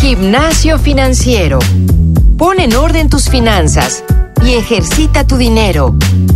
Gimnasio Financiero. Pon en orden tus finanzas y ejercita tu dinero.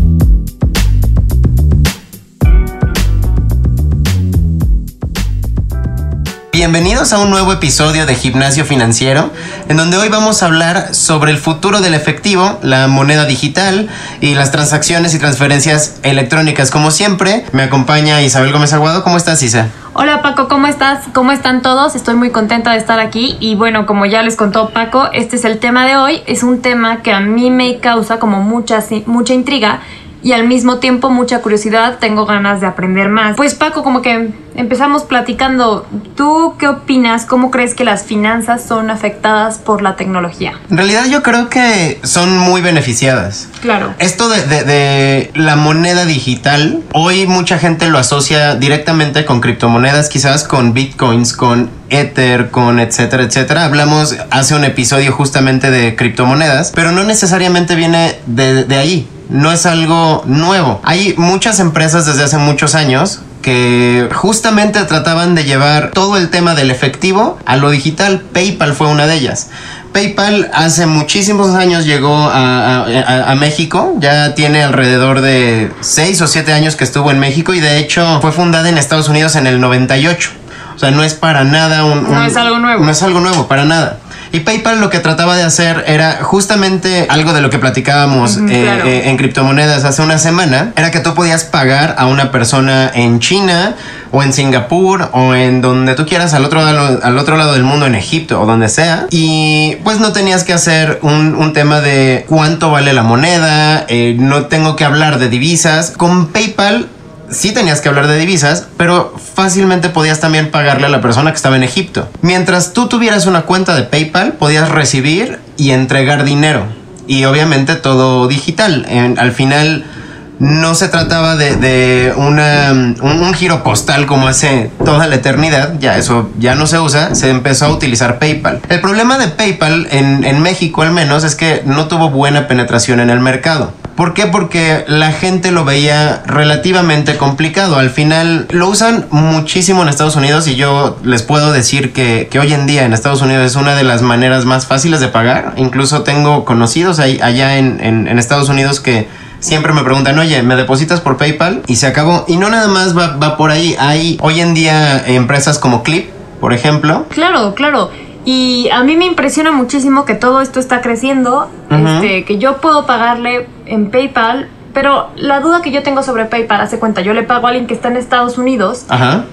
Bienvenidos a un nuevo episodio de Gimnasio Financiero, en donde hoy vamos a hablar sobre el futuro del efectivo, la moneda digital y las transacciones y transferencias electrónicas. Como siempre, me acompaña Isabel Gómez Aguado. ¿Cómo estás, Isa? Hola Paco, ¿cómo estás? ¿Cómo están todos? Estoy muy contenta de estar aquí y bueno, como ya les contó Paco, este es el tema de hoy. Es un tema que a mí me causa como mucha intriga y al mismo tiempo mucha curiosidad. Tengo ganas de aprender más. Pues Paco, como que empezamos platicando. ¿Tú qué opinas? ¿Cómo crees que las finanzas son afectadas por la tecnología? En realidad yo creo que son muy beneficiadas. Claro. Esto de la moneda digital, hoy mucha gente lo asocia directamente con criptomonedas, quizás con bitcoins, con Ether, con etcétera, etcétera. Hablamos hace un episodio justamente de criptomonedas, pero no necesariamente viene de ahí. No es algo nuevo. Hay muchas empresas desde hace muchos años que justamente trataban de llevar todo el tema del efectivo a lo digital. PayPal fue una de ellas. PayPal hace muchísimos años llegó a México. Ya tiene alrededor de 6 o 7 años que estuvo en México y de hecho fue fundada en Estados Unidos en el 98. O sea, no es para nada no es algo nuevo. No es algo nuevo, para nada. Y PayPal lo que trataba de hacer era justamente algo de lo que platicábamos claro. En criptomonedas hace una semana. Era que tú podías pagar a una persona en China o en Singapur o en donde tú quieras, al otro lado del mundo, en Egipto o donde sea. Y pues no tenías que hacer un tema de cuánto vale la moneda, no tengo que hablar de divisas. Con PayPal sí tenías que hablar de divisas, pero fácilmente podías también pagarle a la persona que estaba en Egipto. Mientras tú tuvieras una cuenta de PayPal, podías recibir y entregar dinero. Y obviamente todo digital. Al final no se trataba de un giro postal como hace toda la eternidad. Ya eso ya no se usa. Se empezó a utilizar PayPal. El problema de PayPal en México al menos es que no tuvo buena penetración en el mercado. ¿Por qué? Porque la gente lo veía relativamente complicado. Al final lo usan muchísimo en Estados Unidos y yo les puedo decir que hoy en día en Estados Unidos es una de las maneras más fáciles de pagar. Incluso tengo conocidos allá en Estados Unidos que siempre me preguntan, oye, ¿me depositas por PayPal? Y se acabó. Y no nada más va por ahí. Hay hoy en día empresas como Clip, por ejemplo. Claro, claro. Y a mí me impresiona muchísimo que todo esto está creciendo, que yo puedo pagarle en PayPal, pero la duda que yo tengo sobre PayPal, hace cuenta, yo le pago a alguien que está en Estados Unidos,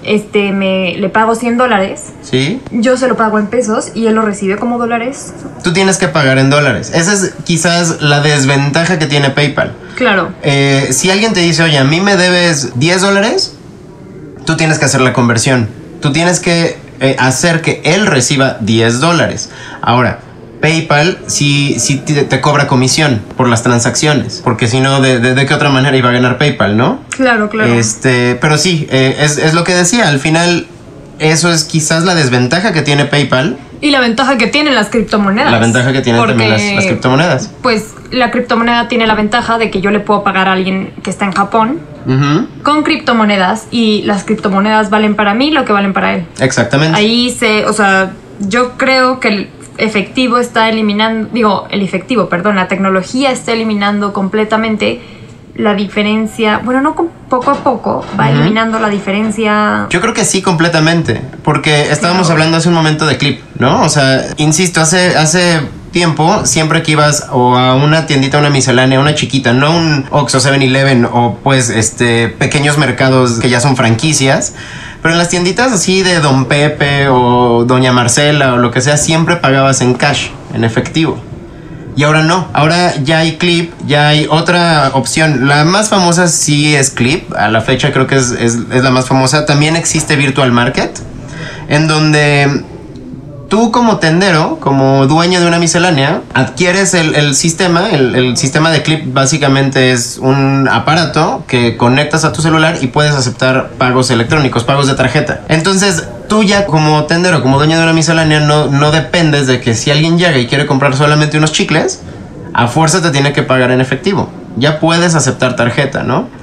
le pago $100, ¿sí? Yo se lo pago en pesos y él lo recibe como dólares. Tú tienes que pagar en dólares. Esa es quizás la desventaja que tiene PayPal. Claro. Si alguien te dice, oye, a mí me debes $10, tú tienes que hacer la conversión. Tú tienes que hacer que él reciba $10. Ahora, PayPal sí te cobra comisión por las transacciones, porque si no, ¿de qué otra manera iba a ganar PayPal, no? Claro, claro. Pero sí, es lo que decía. Al final, eso es quizás la desventaja que tiene PayPal. Y la ventaja que tienen las criptomonedas. La ventaja que tienen también las criptomonedas. Pues la criptomoneda tiene la ventaja de que yo le puedo pagar a alguien que está en Japón con criptomonedas y las criptomonedas valen para mí lo que valen para él. Exactamente. Ahí yo creo que el efectivo está eliminando, la tecnología está eliminando completamente la diferencia. Bueno, no poco a poco va eliminando la diferencia. Yo creo que sí, completamente, porque estábamos hablando hace un momento de Clip, ¿no? O sea, insisto, hace tiempo, siempre que ibas o a una tiendita, una miscelánea, una chiquita, no un Oxxo, 7-Eleven o pues pequeños mercados que ya son franquicias, pero en las tienditas así de Don Pepe o Doña Marcela o lo que sea, siempre pagabas en cash, en efectivo. Y ahora no, ahora ya hay Clip, ya hay otra opción. La más famosa sí es Clip, a la fecha creo que es la más famosa. También existe Virtual Market, en donde tú como tendero, como dueño de una miscelánea, adquieres el sistema. El sistema de Clip básicamente es un aparato que conectas a tu celular y puedes aceptar pagos electrónicos, pagos de tarjeta. Entonces tú ya como tendero, como dueño de una miscelánea, no dependes de que si alguien llega y quiere comprar solamente unos chicles, a fuerza te tiene que pagar en efectivo. Ya puedes aceptar tarjeta, ¿no?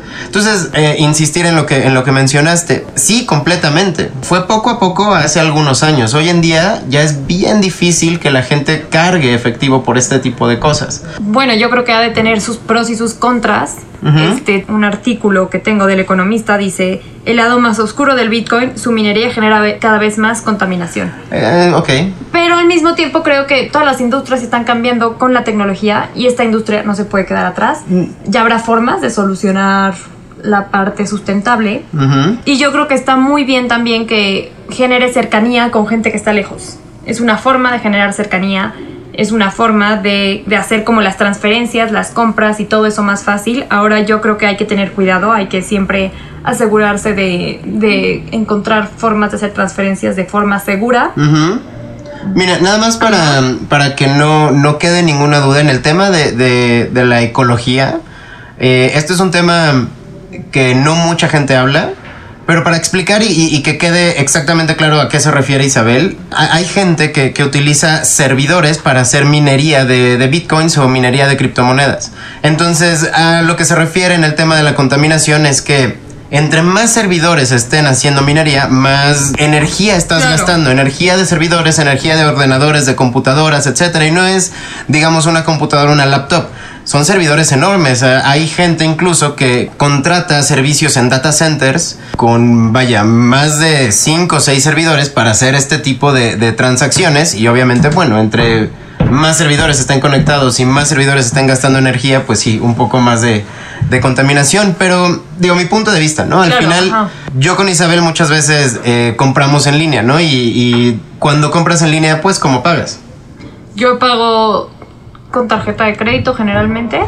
Entonces, insistir en lo que mencionaste, sí, completamente. Fue poco a poco hace algunos años. Hoy en día ya es bien difícil que la gente cargue efectivo por este tipo de cosas. Bueno, yo creo que ha de tener sus pros y sus contras. Un artículo que tengo del Economista dice: el lado más oscuro del Bitcoin, su minería genera cada vez más contaminación. Ok. Pero al mismo tiempo creo que todas las industrias están cambiando con la tecnología y esta industria no se puede quedar atrás. Ya habrá formas de solucionar la parte sustentable. Y yo creo que está muy bien también que genere cercanía con gente que está lejos. Es una forma de generar cercanía. Es una forma de hacer como las transferencias, las compras y todo eso más fácil. Ahora yo creo que hay que tener cuidado, hay que siempre asegurarse de encontrar formas de hacer transferencias de forma segura. Mira, nada más para que no quede ninguna duda en el tema de la ecología. Este es un tema que no mucha gente habla. Pero para explicar y que quede exactamente claro a qué se refiere Isabel, hay gente que utiliza servidores para hacer minería de bitcoins o minería de criptomonedas. Entonces, a lo que se refiere en el tema de la contaminación es que entre más servidores estén haciendo minería, más energía estás gastando. Energía de servidores, energía de ordenadores, de computadoras, etcétera. Y no es, digamos, una computadora, una laptop. Son servidores enormes. Hay gente incluso que contrata servicios en data centers con, más de 5 o 6 servidores para hacer este tipo de transacciones. Y obviamente, bueno, entre más servidores estén conectados y más servidores estén gastando energía, pues sí, un poco más de contaminación. Pero, digo, mi punto de vista, ¿no? Al final, yo con Isabel muchas veces compramos en línea, ¿no? Y cuando compras en línea, pues, ¿cómo pagas? Yo pago con tarjeta de crédito generalmente.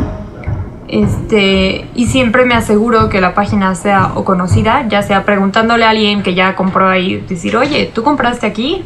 Y siempre me aseguro que la página sea o conocida, ya sea preguntándole a alguien que ya compró ahí, decir, oye, ¿tú compraste aquí?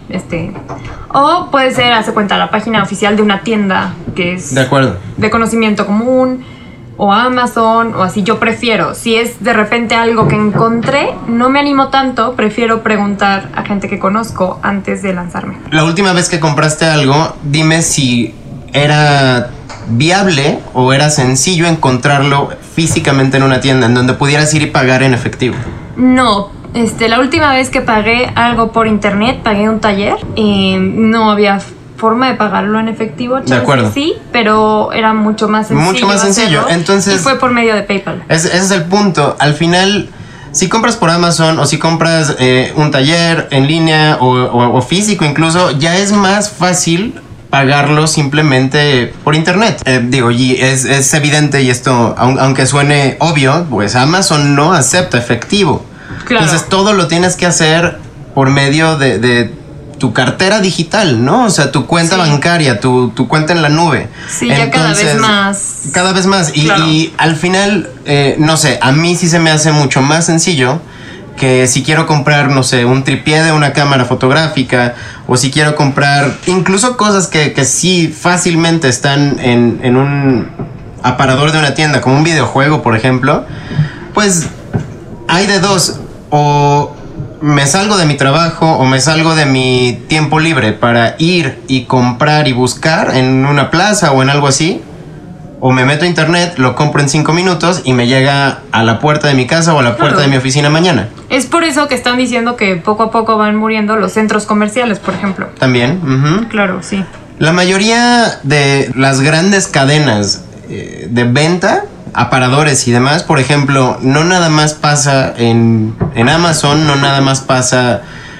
O puede ser, hace cuenta, la página oficial de una tienda que es de acuerdo, de conocimiento común, o Amazon, o así. Yo prefiero, si es de repente algo que encontré, no me animo tanto, prefiero preguntar a gente que conozco antes de lanzarme. La última vez que compraste algo, dime si era viable o era sencillo encontrarlo físicamente en una tienda en donde pudieras ir y pagar en efectivo. No, la última vez que pagué algo por internet, pagué un taller, no había forma de pagarlo en efectivo. De acuerdo. Sí, pero era mucho más sencillo. Mucho más sencillo. Entonces, y fue por medio de PayPal. Ese es el punto. Al final, si compras por Amazon o si compras un taller en línea o físico incluso, ya es más fácil pagarlo simplemente por internet. Y es evidente, y esto, aunque suene obvio, pues Amazon no acepta efectivo. Claro. Entonces todo lo tienes que hacer por medio de tu cartera digital, ¿no? O sea, tu cuenta bancaria, tu cuenta en la nube. Sí, entonces, ya cada vez más. Cada vez más. Y al final, no sé, a mí sí se me hace mucho más sencillo que si quiero comprar, no sé, un tripié de una cámara fotográfica, o si quiero comprar incluso cosas que sí fácilmente están en un aparador de una tienda, como un videojuego, por ejemplo, pues hay de dos: o me salgo de mi trabajo o me salgo de mi tiempo libre para ir y comprar y buscar en una plaza o en algo así, o me meto a internet, lo compro en 5 minutos y me llega a la puerta de mi casa o a la puerta de mi oficina mañana. Es por eso que están diciendo que poco a poco van muriendo los centros comerciales, por ejemplo. También. Claro, sí. La mayoría de las grandes cadenas de venta, aparadores y demás, por ejemplo, no nada más pasa en Amazon, no nada más pasa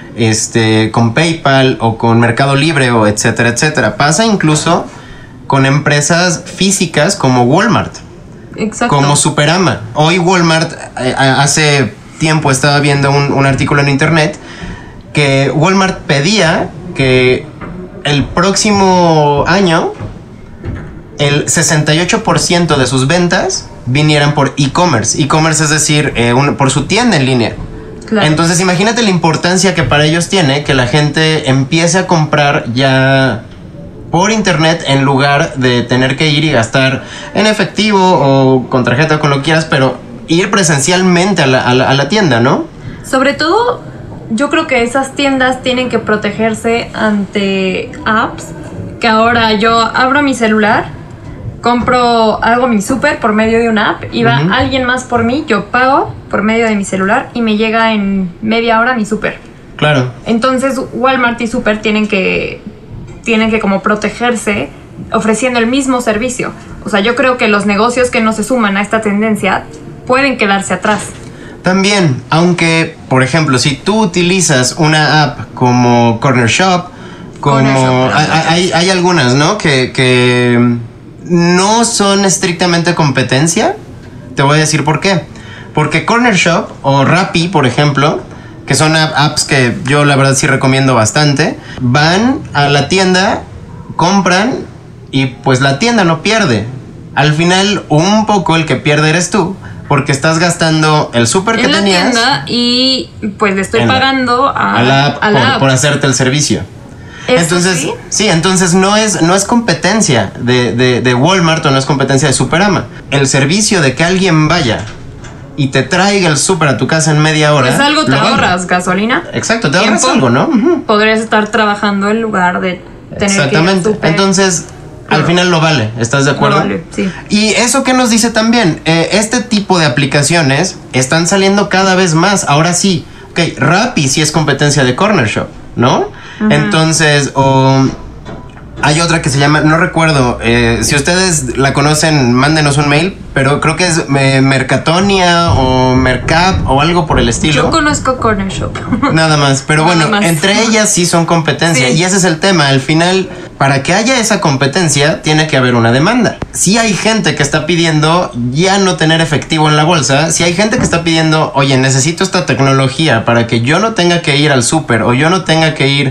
con PayPal o con Mercado Libre o etcétera, etcétera. Pasa incluso con empresas físicas como Walmart. Exacto. Como Superama. Hoy Walmart, hace tiempo estaba viendo un artículo en internet que Walmart pedía que el próximo año el 68% de sus ventas vinieran por e-commerce. E-commerce es decir, por su tienda en línea. Claro. Entonces imagínate la importancia que para ellos tiene que la gente empiece a comprar ya por internet en lugar de tener que ir y gastar en efectivo o con tarjeta o con lo que quieras, pero ir presencialmente a la tienda, ¿no? Sobre todo, yo creo que esas tiendas tienen que protegerse ante apps, que ahora yo abro mi celular, hago mi súper por medio de una app y va alguien más por mí, yo pago por medio de mi celular y me llega en media hora mi súper. Claro. Entonces Walmart y Súper tienen que como protegerse ofreciendo el mismo servicio. O sea, yo creo que los negocios que no se suman a esta tendencia pueden quedarse atrás. También, aunque, por ejemplo, si tú utilizas una app como Corner Shop, hay algunas, ¿no? Que no son estrictamente competencia. Te voy a decir por qué. Porque Corner Shop o Rappi, por ejemplo, que son apps que yo la verdad sí recomiendo bastante, van a la tienda, compran y pues la tienda no pierde. Al final, un poco el que pierde eres tú, porque estás gastando el súper que tenías en la tienda y pues le estoy pagando a la app por hacerte el servicio. Entonces, sí, entonces no es competencia de Walmart o no es competencia de Superama. El servicio de que alguien vaya y te traiga el súper a tu casa en media hora. Pues algo te ahorras, gasolina. Exacto, te ahorras algo, ¿no? Podrías estar trabajando en lugar de tener exactamente. Que ir al súper. Entonces, al final lo vale, ¿estás de acuerdo? Lo vale, sí. Y eso que nos dice también, este tipo de aplicaciones están saliendo cada vez más. Ahora sí, ok, Rappi sí es competencia de Corner Shop, ¿no? Entonces, hay otra que se llama, no recuerdo, si ustedes la conocen, mándenos un mail, pero creo que es Mercatonia o Mercap o algo por el estilo. Yo conozco Corner Shop. Nada más, pero bueno, entre ellas sí son competencia, y ese es el tema. Al final, para que haya esa competencia, tiene que haber una demanda. Si hay gente que está pidiendo ya no tener efectivo en la bolsa, si hay gente que está pidiendo, oye, necesito esta tecnología para que yo no tenga que ir al súper o yo no tenga que ir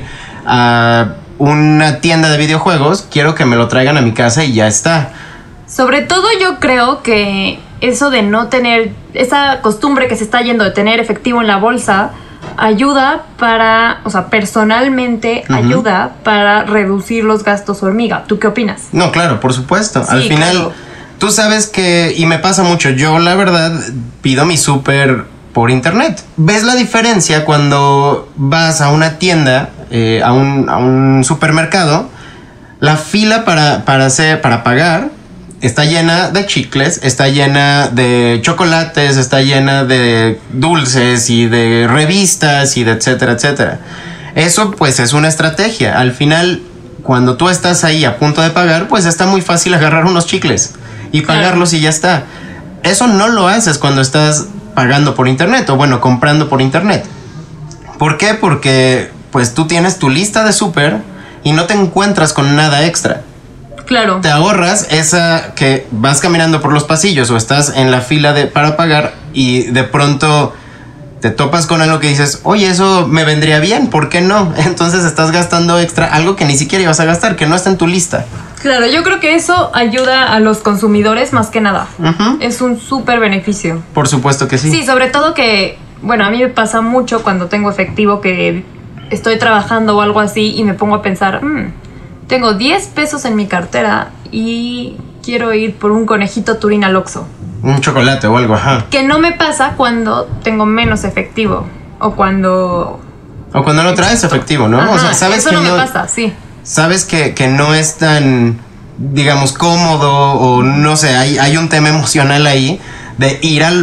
a una tienda de videojuegos, quiero que me lo traigan a mi casa y ya está. Sobre todo yo creo que eso de no tener, esa costumbre que se está yendo de tener efectivo en la bolsa, ayuda para, o sea, personalmente ayuda para reducir los gastos hormiga. ¿Tú qué opinas? No, claro, por supuesto. Sí, al final, claro. Tú sabes que, y me pasa mucho, yo la verdad pido mi súper por internet. ¿Ves la diferencia cuando vas a una tienda, a un supermercado? La fila para pagar está llena de chicles, está llena de chocolates, está llena de dulces y de revistas y de etcétera, etcétera. Eso pues es una estrategia. Al final, cuando tú estás ahí a punto de pagar, pues está muy fácil agarrar unos chicles y pagarlos y ya está. Eso no lo haces cuando estás pagando por internet o bueno, comprando por internet. ¿Por qué? Porque pues tú tienes tu lista de súper y no te encuentras con nada extra. Claro. Te ahorras esa que vas caminando por los pasillos o estás en la fila para pagar y de pronto te topas con algo que dices, oye, eso me vendría bien, ¿por qué no? Entonces estás gastando extra algo que ni siquiera ibas a gastar, que no está en tu lista. Claro, yo creo que eso ayuda a los consumidores más que nada. Es un súper beneficio. Por supuesto que sí. Sí, sobre todo que, bueno, a mí me pasa mucho cuando tengo efectivo que estoy trabajando o algo así y me pongo a pensar, tengo 10 pesos en mi cartera y quiero ir por un conejito Turín al Oxxo. Un chocolate o algo, ajá. Que no me pasa cuando tengo menos efectivo o cuando no traes efectivo, ¿no? Ajá, o sea, sabes eso que no me pasa, sí. Sabes que no es tan, digamos, cómodo o no sé, hay un tema emocional ahí de ir a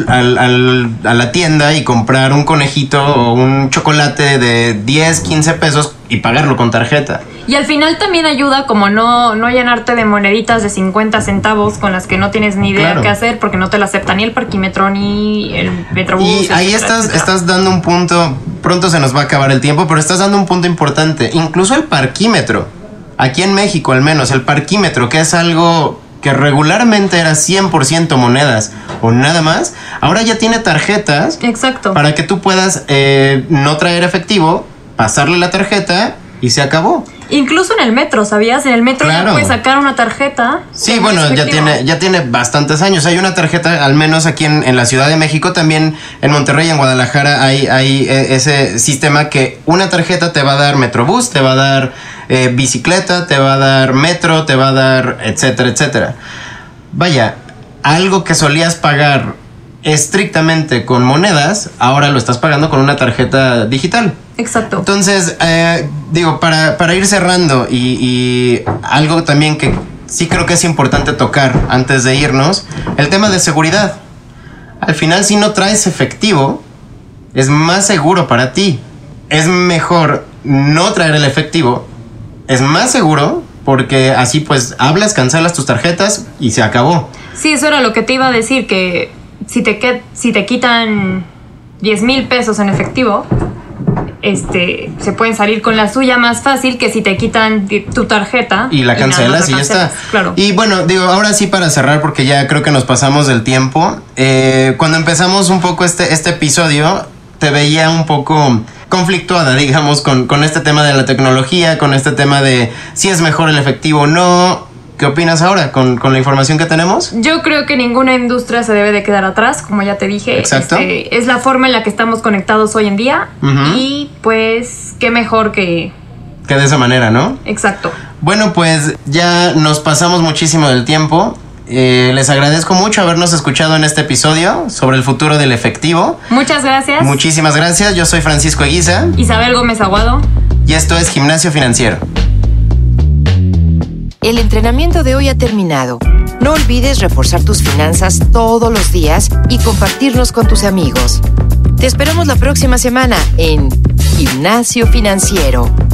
la tienda y comprar un conejito o un chocolate de 10, 15 pesos y pagarlo con tarjeta. Y al final también ayuda como no llenarte de moneditas de 50 centavos con las que no tienes ni idea qué hacer porque no te la acepta ni el parquímetro ni el metrobús. Y ahí estás dando un punto, pronto se nos va a acabar el tiempo, pero estás dando un punto importante. Incluso el parquímetro, aquí en México al menos, el parquímetro, que es algo que regularmente era 100% monedas o nada más, ahora ya tiene tarjetas. Exacto. Para que tú puedas no traer efectivo, pasarle la tarjeta y se acabó. Incluso en el metro, ¿sabías? En el metro ya puedes sacar una tarjeta. Sí, bueno, ya tiene bastantes años. Hay una tarjeta, al menos aquí en la Ciudad de México, también en Monterrey y en Guadalajara hay ese sistema que una tarjeta te va a dar Metrobús, te va a dar bicicleta, te va a dar metro, te va a dar etcétera, etcétera. Vaya, algo que solías pagar estrictamente con monedas, ahora lo estás pagando con una tarjeta digital. Exacto. Entonces, digo, para ir cerrando y algo también que sí creo que es importante tocar antes de irnos el tema de seguridad. Al final, si no traes efectivo, es más seguro para ti. Es mejor no traer el efectivo, es más seguro porque así pues hablas, cancelas tus tarjetas y se acabó. Sí, eso era lo que te iba a decir, que si te quitan 10,000 pesos en efectivo, se pueden salir con la suya más fácil que si te quitan tu tarjeta y la cancelas y ya está. Claro. Y bueno, digo, ahora sí para cerrar, porque ya creo que nos pasamos del tiempo. Cuando empezamos un poco este episodio, te veía un poco conflictuada, digamos, con este tema de la tecnología, con este tema de si es mejor el efectivo o no. ¿Qué opinas ahora con la información que tenemos? Yo creo que ninguna industria se debe de quedar atrás, como ya te dije. Exacto. Es la forma en la que estamos conectados hoy en día. Uh-huh. Y pues, qué mejor que de esa manera, ¿no? Exacto. Bueno, pues ya nos pasamos muchísimo del tiempo. Les agradezco mucho habernos escuchado en este episodio sobre el futuro del efectivo. Muchas gracias. Muchísimas gracias. Yo soy Francisco Eguiza. Isabel Gómez Aguado. Y esto es Gimnasio Financiero. El entrenamiento de hoy ha terminado. No olvides reforzar tus finanzas todos los días y compartirlos con tus amigos. Te esperamos la próxima semana en Gimnasio Financiero.